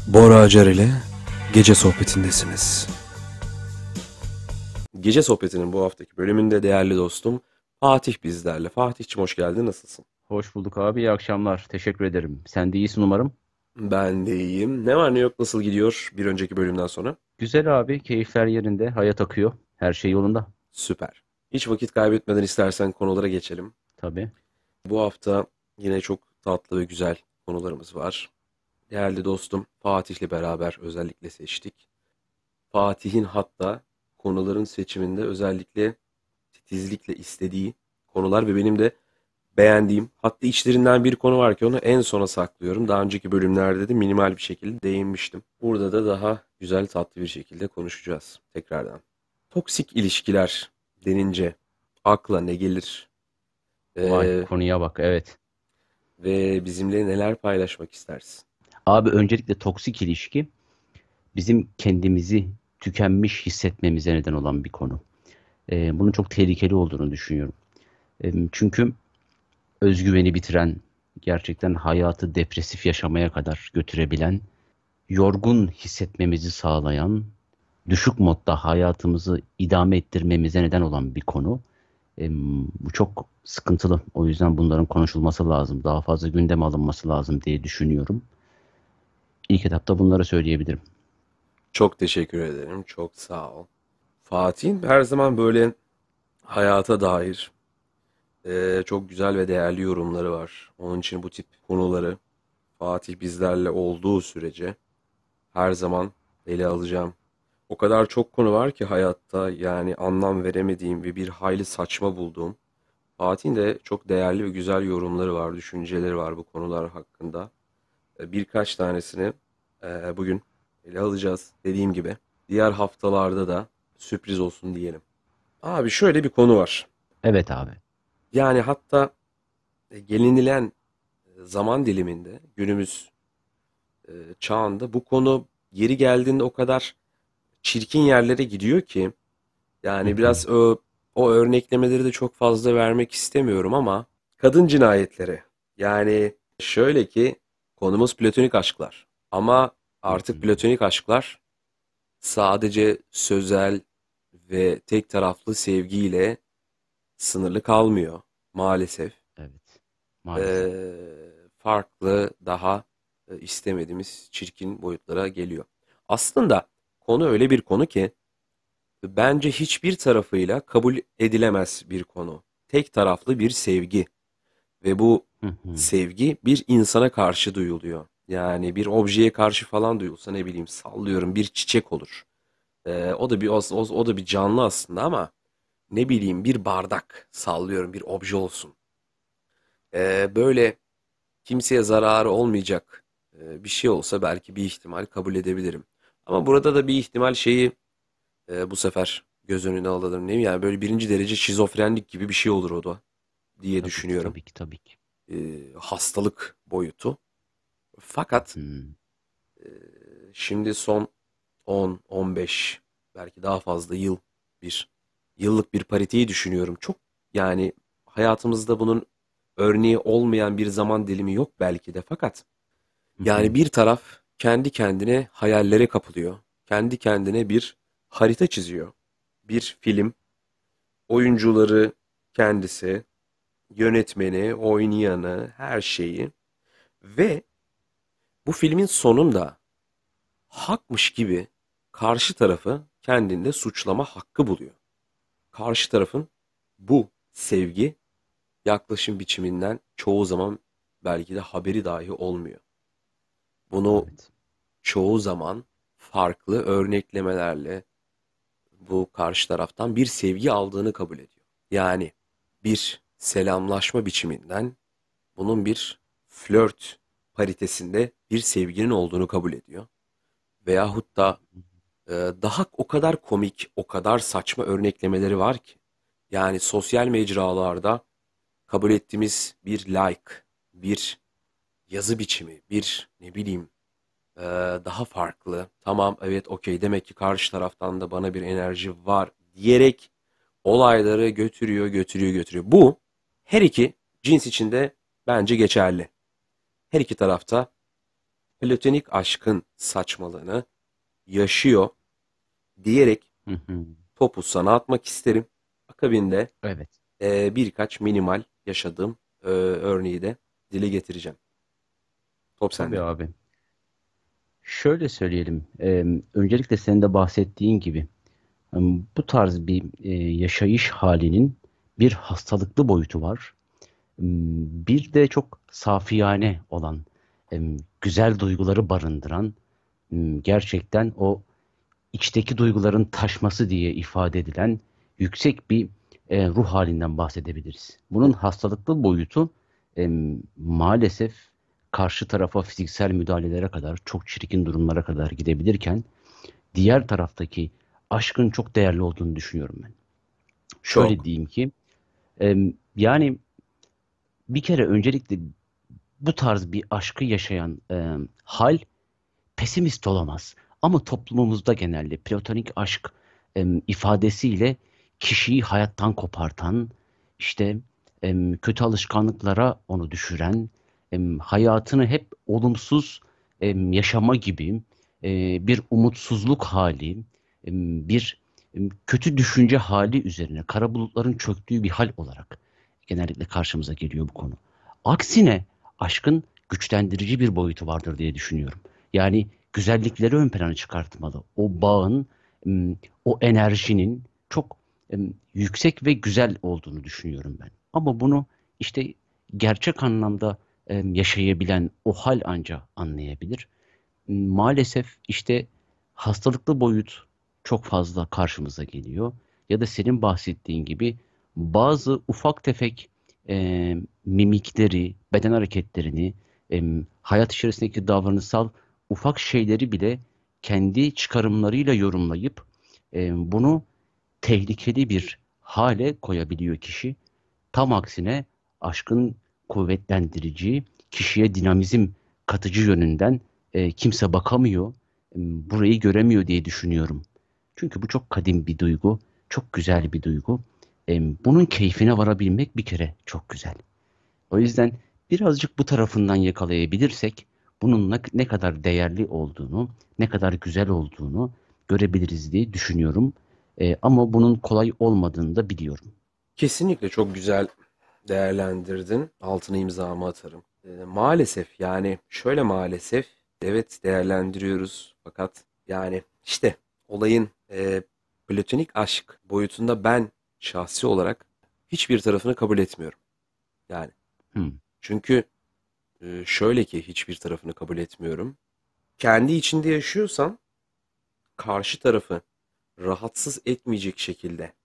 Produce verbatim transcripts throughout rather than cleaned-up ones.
Bora Acar ile Gece Sohbetindesiniz. Gece Sohbeti'nin bu haftaki bölümünde değerli dostum Fatih bizlerle. Fatih'cim hoş geldin, nasılsın? Hoş bulduk abi. İyi akşamlar. Teşekkür ederim. Sen de iyisin umarım. Ben de iyiyim. Ne var ne yok, nasıl gidiyor bir önceki bölümden sonra? Güzel abi. Keyifler yerinde. Hayat akıyor. Her şey yolunda. Süper. Hiç vakit kaybetmeden istersen konulara geçelim. Tabii. Bu hafta yine çok tatlı ve güzel konularımız var. Değerli dostum Fatih'le beraber özellikle seçtik. Fatih'in hatta konuların seçiminde özellikle titizlikle istediği konular ve benim de beğendiğim, hatta içlerinden bir konu var ki onu en sona saklıyorum. Daha önceki bölümlerde de minimal bir şekilde değinmiştim. Burada da daha güzel, tatlı bir şekilde konuşacağız tekrardan. Toksik ilişkiler denince akla ne gelir? Vay Ee, konuya bak. Evet. ve bizimle neler paylaşmak istersin? Abi öncelikle toksik ilişki bizim kendimizi tükenmiş hissetmemize neden olan bir konu. Ee, bunun çok tehlikeli olduğunu düşünüyorum. Ee, çünkü özgüveni bitiren, gerçekten hayatı depresif yaşamaya kadar götürebilen, yorgun hissetmemizi sağlayan, düşük modda hayatımızı idame ettirmemize neden olan bir konu. Em, bu çok sıkıntılı. O yüzden bunların konuşulması lazım. Daha fazla gündeme alınması lazım diye düşünüyorum. İlk etapta bunları söyleyebilirim. Çok teşekkür ederim, çok sağ ol. Fatih'in her zaman böyle hayata dair e, çok güzel ve değerli yorumları var. Onun için bu tip konuları Fatih bizlerle olduğu sürece her zaman ele alacağım. O kadar çok konu var ki hayatta, yani anlam veremediğim ve bir hayli saçma bulduğum. Fatih'in de çok değerli ve güzel yorumları var, düşünceleri var bu konular hakkında. E, Birkaç tanesini e, bugün ele alacağız dediğim gibi. Diğer haftalarda da sürpriz olsun diyelim. Abi şöyle bir konu var. Evet abi. Yani hatta e, gelinilen zaman diliminde, günümüz e, çağında bu konu yeri geldiğinde o kadar çirkin yerlere gidiyor ki, Hı yani hı. biraz o, o örneklemeleri de çok fazla vermek istemiyorum ama kadın cinayetleri. Yani şöyle ki, konumuz platonik aşklar. Ama Hı artık hı. platonik aşklar sadece sözel ve tek taraflı sevgiyle sınırlı kalmıyor maalesef. Evet. Maalesef. Ee, farklı, daha e, istemediğimiz çirkin boyutlara geliyor. Aslında konu öyle bir konu ki bence hiçbir tarafıyla kabul edilemez bir konu. Tek taraflı bir sevgi ve bu Hı hı. sevgi bir insana karşı duyuluyor. Yani bir objeye karşı falan duyulsa, ne bileyim, sallıyorum, bir çiçek olur. Ee, o da bir o, o, o da bir canlı aslında ama ne bileyim, bir bardak, sallıyorum, bir obje olsun. Ee, böyle kimseye zararı olmayacak e, bir şey olsa belki bir ihtimal kabul edebilirim. Ama burada da bir ihtimal şeyi e, bu sefer göz önüne alalım, değil mi? Yani böyle birinci derece şizofrenlik gibi bir şey olur o da diye Tabii ki, düşünüyorum. tabii ki, tabii ki. E, hastalık boyutu. Hı Fakat hı. e, şimdi son on on beş, belki daha fazla yıl, bir yıllık bir pariteyi düşünüyorum. Çok, yani hayatımızda bunun örneği olmayan bir zaman dilimi yok belki de, fakat Hı yani hı. bir taraf kendi kendine hayallere kapılıyor. Kendi kendine bir harita çiziyor. Bir film, oyuncuları kendisi, yönetmeni, oynayanı, her şeyi ve bu filmin sonunda hakmış gibi karşı tarafı kendinde suçlama hakkı buluyor. Karşı tarafın bu sevgi yaklaşım biçiminden çoğu zaman belki de haberi dahi olmuyor. Bunu Evet. çoğu zaman farklı örneklemelerle bu karşı taraftan bir sevgi aldığını kabul ediyor. Yani bir selamlaşma biçiminden bunun bir flört paritesinde bir sevginin olduğunu kabul ediyor. Veyahut Hı da hı. e, daha o kadar komik, o kadar saçma örneklemeleri var ki. Yani sosyal mecralarda kabul ettiğimiz bir like, bir yazı biçimi, bir, ne bileyim, e, daha farklı. Tamam, evet, okey, demek ki karşı taraftan da bana bir enerji var diyerek olayları götürüyor, götürüyor, götürüyor. Bu her iki cins içinde bence geçerli. Her iki tarafta platonik aşkın saçmalığını yaşıyor diyerek Hı hı. topu sana atmak isterim. Akabinde Evet. e, birkaç minimal yaşadığım e, örneği de dile getireceğim. Top Tabii sende. abi. Şöyle söyleyelim. Ee, öncelikle senin de bahsettiğin gibi em, bu tarz bir e, yaşayış halinin bir hastalıklı boyutu var. Em, Bir de çok safiyane olan, em, güzel duyguları barındıran, em, gerçekten o içteki duyguların taşması diye ifade edilen yüksek bir e, ruh halinden bahsedebiliriz. Bunun hastalıklı boyutu em, maalesef karşı tarafa fiziksel müdahalelere kadar, çok çirkin durumlara kadar gidebilirken diğer taraftaki aşkın çok değerli olduğunu düşünüyorum ben. Şöyle Çok. diyeyim ki, em, yani bir kere öncelikle bu tarz bir aşkı yaşayan e, hal pesimist olamaz. Ama toplumumuzda genelde platonik aşk em, ifadesiyle kişiyi hayattan kopartan, işte em, kötü alışkanlıklara onu düşüren, em, hayatını hep olumsuz em, yaşama gibi e, bir umutsuzluk hali, em, bir em, kötü düşünce hali üzerine kara bulutların çöktüğü bir hal olarak genellikle karşımıza geliyor bu konu. Aksine aşkın güçlendirici bir boyutu vardır diye düşünüyorum. Yani güzellikleri ön plana çıkartmalı. O bağın, m, o enerjinin çok em, yüksek ve güzel olduğunu düşünüyorum ben. Ama bunu işte gerçek anlamda em, yaşayabilen o hal anca anlayabilir. M, Maalesef işte hastalıklı boyut çok fazla karşımıza geliyor. Ya da senin bahsettiğin gibi bazı ufak tefek e, mimikleri, beden hareketlerini, em, hayat içerisindeki davranışsal ufak şeyleri bile kendi çıkarımlarıyla yorumlayıp e, bunu tehlikeli bir hale koyabiliyor kişi. Tam aksine aşkın kuvvetlendirici, kişiye dinamizm katıcı yönünden e, kimse bakamıyor, e, burayı göremiyor diye düşünüyorum. Çünkü bu çok kadim bir duygu, çok güzel bir duygu. E, bunun keyfine varabilmek bir kere çok güzel. O yüzden birazcık bu tarafından yakalayabilirsek bunun ne, ne kadar değerli olduğunu, ne kadar güzel olduğunu görebiliriz diye düşünüyorum. E, ama bunun kolay olmadığını da biliyorum. Kesinlikle çok güzel değerlendirdin. Altına imzamı atarım. E, maalesef yani şöyle maalesef evet değerlendiriyoruz. Fakat yani işte olayın e, platonik aşk boyutunda ben şahsi olarak hiçbir tarafını kabul etmiyorum. Yani Hmm, çünkü e, şöyle ki hiçbir tarafını kabul etmiyorum. Kendi içinde yaşıyorsan karşı tarafı rahatsız etmeyecek şekilde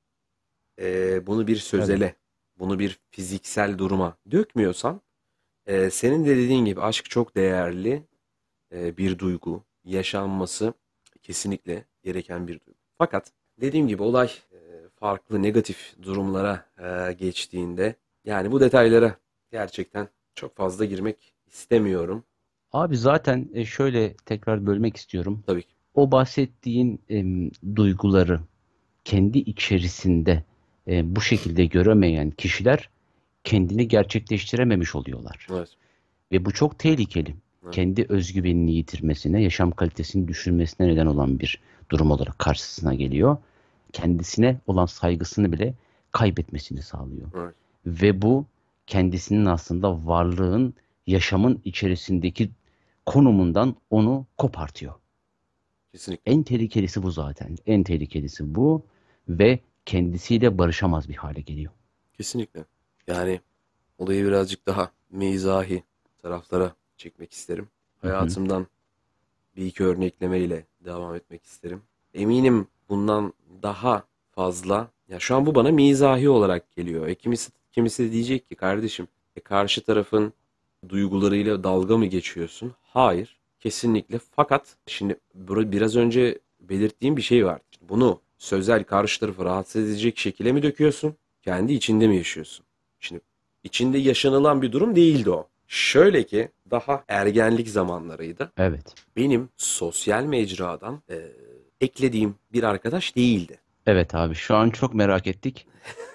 e, bunu bir evet. sözele, bunu bir fiziksel duruma dökmüyorsan, e, senin de dediğin gibi aşk çok değerli e, bir duygu, yaşanması kesinlikle gereken bir duygu. Fakat dediğim gibi olay e, farklı negatif durumlara e, geçtiğinde, yani bu detaylara gerçekten çok fazla girmek istemiyorum. Abi zaten e, şöyle tekrar bölmek istiyorum. Tabii ki. O bahsettiğin em, duyguları kendi içerisinde e, bu şekilde göremeyen kişiler kendini gerçekleştirememiş oluyorlar. Evet. Ve bu çok tehlikeli. Evet. Kendi özgüvenini yitirmesine, yaşam kalitesini düşürmesine neden olan bir durum olarak karşısına geliyor. Kendisine olan saygısını bile kaybetmesini sağlıyor. Evet. Ve bu kendisinin aslında varlığın, yaşamın içerisindeki konumundan onu kopartıyor. Kesinlikle. En tehlikelisi bu zaten. En tehlikelisi bu ve kendisiyle barışamaz bir hale geliyor. Kesinlikle. Yani olayı birazcık daha mizahi taraflara çekmek isterim. Hı hı. Hayatımdan bir iki örneklemeyle devam etmek isterim. Eminim bundan daha fazla. Ya şu an bu bana mizahi olarak geliyor. E kimisi, kimisi de diyecek ki kardeşim e karşı tarafın duygularıyla dalga mı geçiyorsun? Hayır. Kesinlikle. Fakat şimdi bura- biraz önce belirttiğim bir şey var. İşte bunu sözel karşı tarafı rahatsız edecek şekilde mi döküyorsun? Kendi içinde mi yaşıyorsun? Şimdi içinde yaşanılan bir durum değildi o. Şöyle ki daha ergenlik zamanlarıydı. Evet. Benim sosyal mecradan e, eklediğim bir arkadaş değildi. Evet abi şu an çok merak ettik.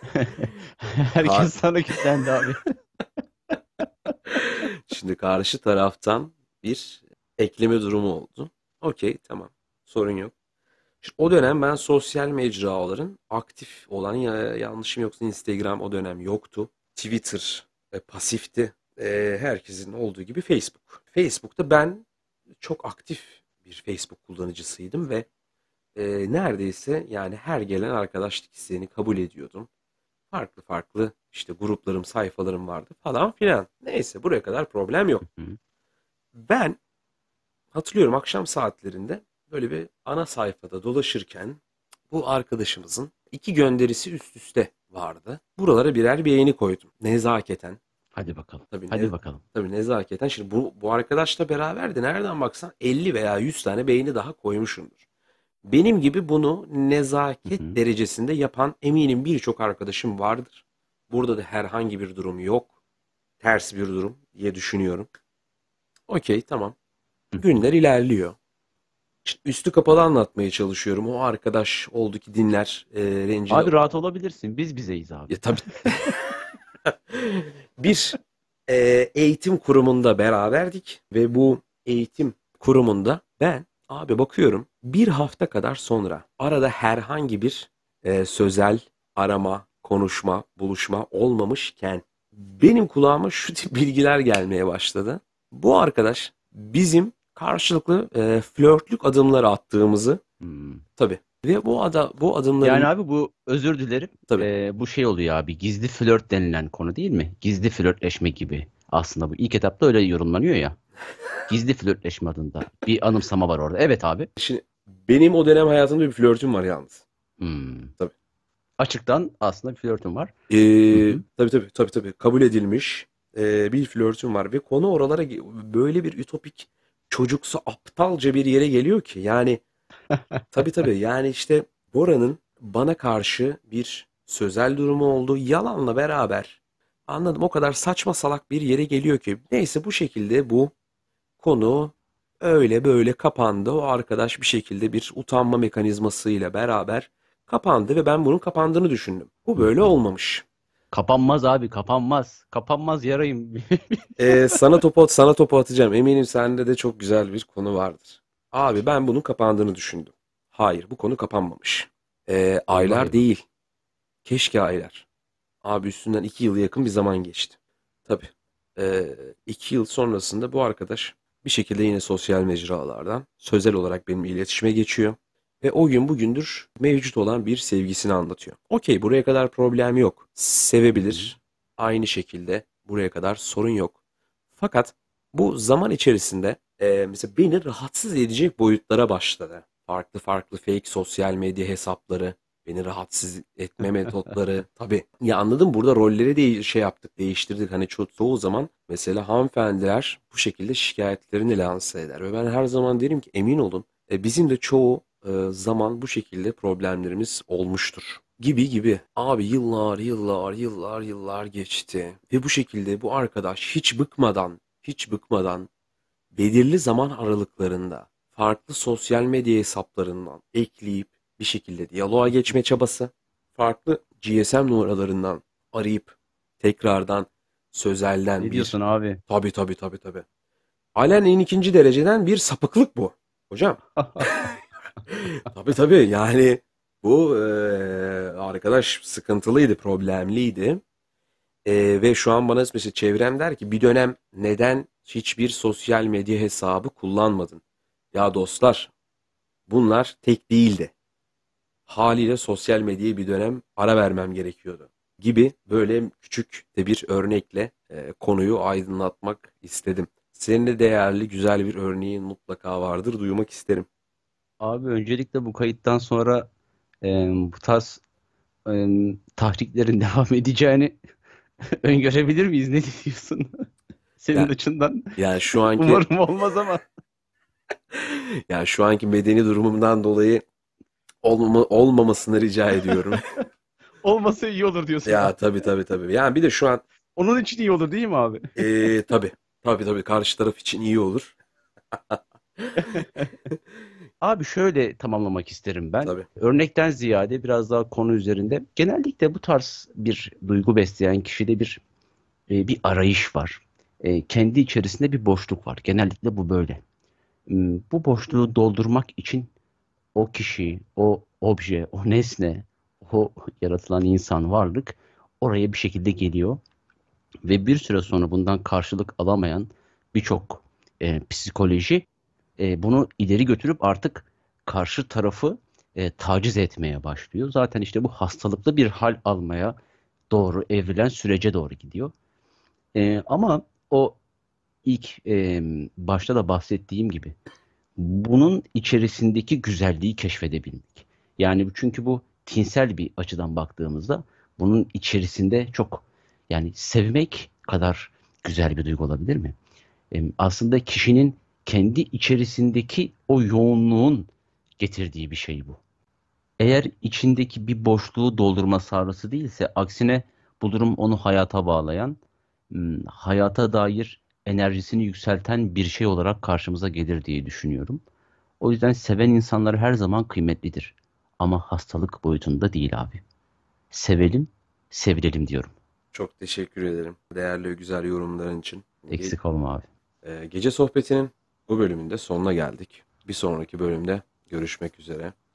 Ka- Herkes sana kilitlendi abi. Şimdi karşı taraftan bir ekleme durumu oldu. Okey, tamam. Sorun yok. Şimdi o dönem ben sosyal mecraların aktif olan, ya, yanlışım yoksa Instagram o dönem yoktu. Twitter e, pasifti. E, herkesin olduğu gibi Facebook. Facebook'ta ben çok aktif bir Facebook kullanıcısıydım ve e, neredeyse yani her gelen arkadaşlık isteğini kabul ediyordum. Farklı farklı işte gruplarım, sayfalarım vardı falan filan. Neyse, buraya kadar problem yok. Hı hı. Ben hatırlıyorum, akşam saatlerinde böyle bir ana sayfada dolaşırken bu arkadaşımızın iki gönderisi üst üste vardı. Buralara birer beğeni koydum. Nezaketen. Hadi bakalım. Tabii, ne, Hadi bakalım. tabii nezaketen. Şimdi bu, bu arkadaşla beraberdi. Nereden baksan elli veya yüz tane beğeni daha koymuşumdur. Benim gibi bunu Hı nezaket hı. derecesinde yapan eminim birçok arkadaşım vardır. Burada da herhangi bir durum yok. Ters bir durum diye düşünüyorum. Okey, tamam. Hı hı. Günler ilerliyor. İşte üstü kapalı anlatmaya çalışıyorum. O arkadaş oldu ki dinler, e, rencide. Abi rahat olabilirsin. Biz bizeyiz abi. Ya tabii. Bir e, eğitim kurumunda beraberdik ve bu eğitim kurumunda ben abi bakıyorum bir hafta kadar sonra arada herhangi bir e, sözel arama, konuşma, buluşma olmamışken benim kulağıma şu tip bilgiler gelmeye başladı. Bu arkadaş bizim karşılıklı e, flörtlük adımları attığımızı, Hmm. tabii, ve bu ada bu Yani adımların, abi bu özür dilerim. tabii. Ee, bu şey oluyor abi. Gizli flört denilen konu değil mi? Gizli flörtleşme gibi. Aslında bu ilk etapta öyle yorumlanıyor ya. Gizli flörtleşme adında. Bir anımsama var orada. Evet abi. Şimdi benim o dönem hayatımda bir flörtüm var yalnız. Hmm. Tabii. Açıktan aslında bir flörtüm var. Hı Ee, hı. tabii tabii tabii tabii kabul edilmiş ee, bir flörtüm var ve konu oralara ge- böyle bir ütopik, çocuksu, aptalca bir yere geliyor ki yani, tabii tabii, yani işte Bora'nın bana karşı bir sözel durumu oldu, yalanla beraber, anladım, o kadar saçma salak bir yere geliyor ki, neyse, bu şekilde bu konu öyle böyle kapandı. O arkadaş bir şekilde bir utanma mekanizmasıyla beraber kapandı ve ben bunun kapandığını düşündüm. Bu Hı böyle hı. olmamış. Kapanmaz abi, kapanmaz. Kapanmaz yarayım. Ee, sana topu at, sana topu atacağım. Eminim sende de çok güzel bir konu vardır. Abi ben bunun kapandığını düşündüm. Hayır, bu konu kapanmamış. Ee, Eyvah aylar eyvah. değil. Keşke aylar. Abi üstünden iki yılı yakın bir zaman geçti. Tabii. Ee, iki yıl sonrasında bu arkadaş bir şekilde yine sosyal mecralardan sözel olarak benimle iletişime geçiyor. Ve o gün bugündür mevcut olan bir sevgisini anlatıyor. Okey, buraya kadar problem yok. Hı hı. Sevebilir. Aynı şekilde buraya kadar sorun yok. Fakat bu zaman içerisinde e, mesela beni rahatsız edecek boyutlara başladı. Farklı farklı fake sosyal medya hesapları, beni rahatsız etme metotları. Tabii. Ya anladım, burada rolleri de şey yaptık, değiştirdik. Hani ço çoğu zaman mesela hanımefendiler bu şekilde şikayetlerini lanse eder. Ve ben her zaman derim ki emin olun e, bizim de çoğu e, zaman bu şekilde problemlerimiz olmuştur. Gibi gibi. Abi yıllar yıllar yıllar yıllar geçti. Ve bu şekilde bu arkadaş hiç bıkmadan, hiç bıkmadan belirli zaman aralıklarında farklı sosyal medya hesaplarından ekleyip bir şekilde diyaloğa geçme çabası, farklı G S M numaralarından arayıp tekrardan sözelden Ne bir, diyorsun abi? tabii tabii tabii tabii. Alenen ikinci dereceden bir sapıklık bu. Hocam. Tabii tabii, yani bu eee, arkadaş sıkıntılıydı, problemliydi. Eee, ve şu an bana mesela çevrem der ki bir dönem neden hiçbir sosyal medya hesabı kullanmadın? Ya dostlar, bunlar tek değildi. Haliyle sosyal medyaya bir dönem ara vermem gerekiyordu. Gibi böyle küçük de bir örnekle eee, konuyu aydınlatmak istedim. Senin de değerli, güzel bir örneğin mutlaka vardır, duymak isterim. Abi öncelikle bu kayıttan sonra e, bu tarz e, tahriklerin devam edeceğini öngörebilir miyiz? Ne diyorsun? Senin Ya, açından. yani şu anki Umarım olmaz ama. yani şu anki medeni durumumdan dolayı olmama, olmamasını rica ediyorum. Olmasa iyi olur diyorsun Ya abi. tabii tabii tabii. Yani bir de şu an Onun için iyi olur değil mi abi? eee tabii tabii tabii karşı taraf için iyi olur. Abi şöyle tamamlamak isterim ben. Tabii. Örnekten ziyade biraz daha konu üzerinde. Genellikle bu tarz bir duygu besleyen kişide bir e, bir arayış var. E, kendi içerisinde bir boşluk var. Genellikle bu böyle. M, Bu boşluğu doldurmak için o kişi, o obje, o nesne, o yaratılan insan, varlık oraya bir şekilde geliyor ve bir süre sonra bundan karşılık alamayan birçok e, psikoloji e, bunu ileri götürüp artık karşı tarafı e, taciz etmeye başlıyor. Zaten işte bu hastalıklı bir hal almaya doğru evrilen sürece doğru gidiyor. E, ama o ilk e, başta da bahsettiğim gibi bunun içerisindeki güzelliği keşfedebilmek. Yani çünkü bu tinsel bir açıdan baktığımızda bunun içerisinde çok, yani sevmek kadar güzel bir duygu olabilir mi? Em, Aslında kişinin kendi içerisindeki o yoğunluğun getirdiği bir şey bu. Eğer içindeki bir boşluğu doldurma sarrası değilse, aksine bu durum onu hayata bağlayan, m, hayata dair enerjisini yükselten bir şey olarak karşımıza gelir diye düşünüyorum. O yüzden seven insanlar her zaman kıymetlidir. Ama hastalık boyutunda değil abi. Sevelim, sevilelim diyorum. Çok teşekkür ederim. Değerli ve güzel yorumların için. Ge- Eksik olma abi. e, Gece sohbetinin bu bölümünde sonuna geldik. Bir sonraki bölümde görüşmek üzere.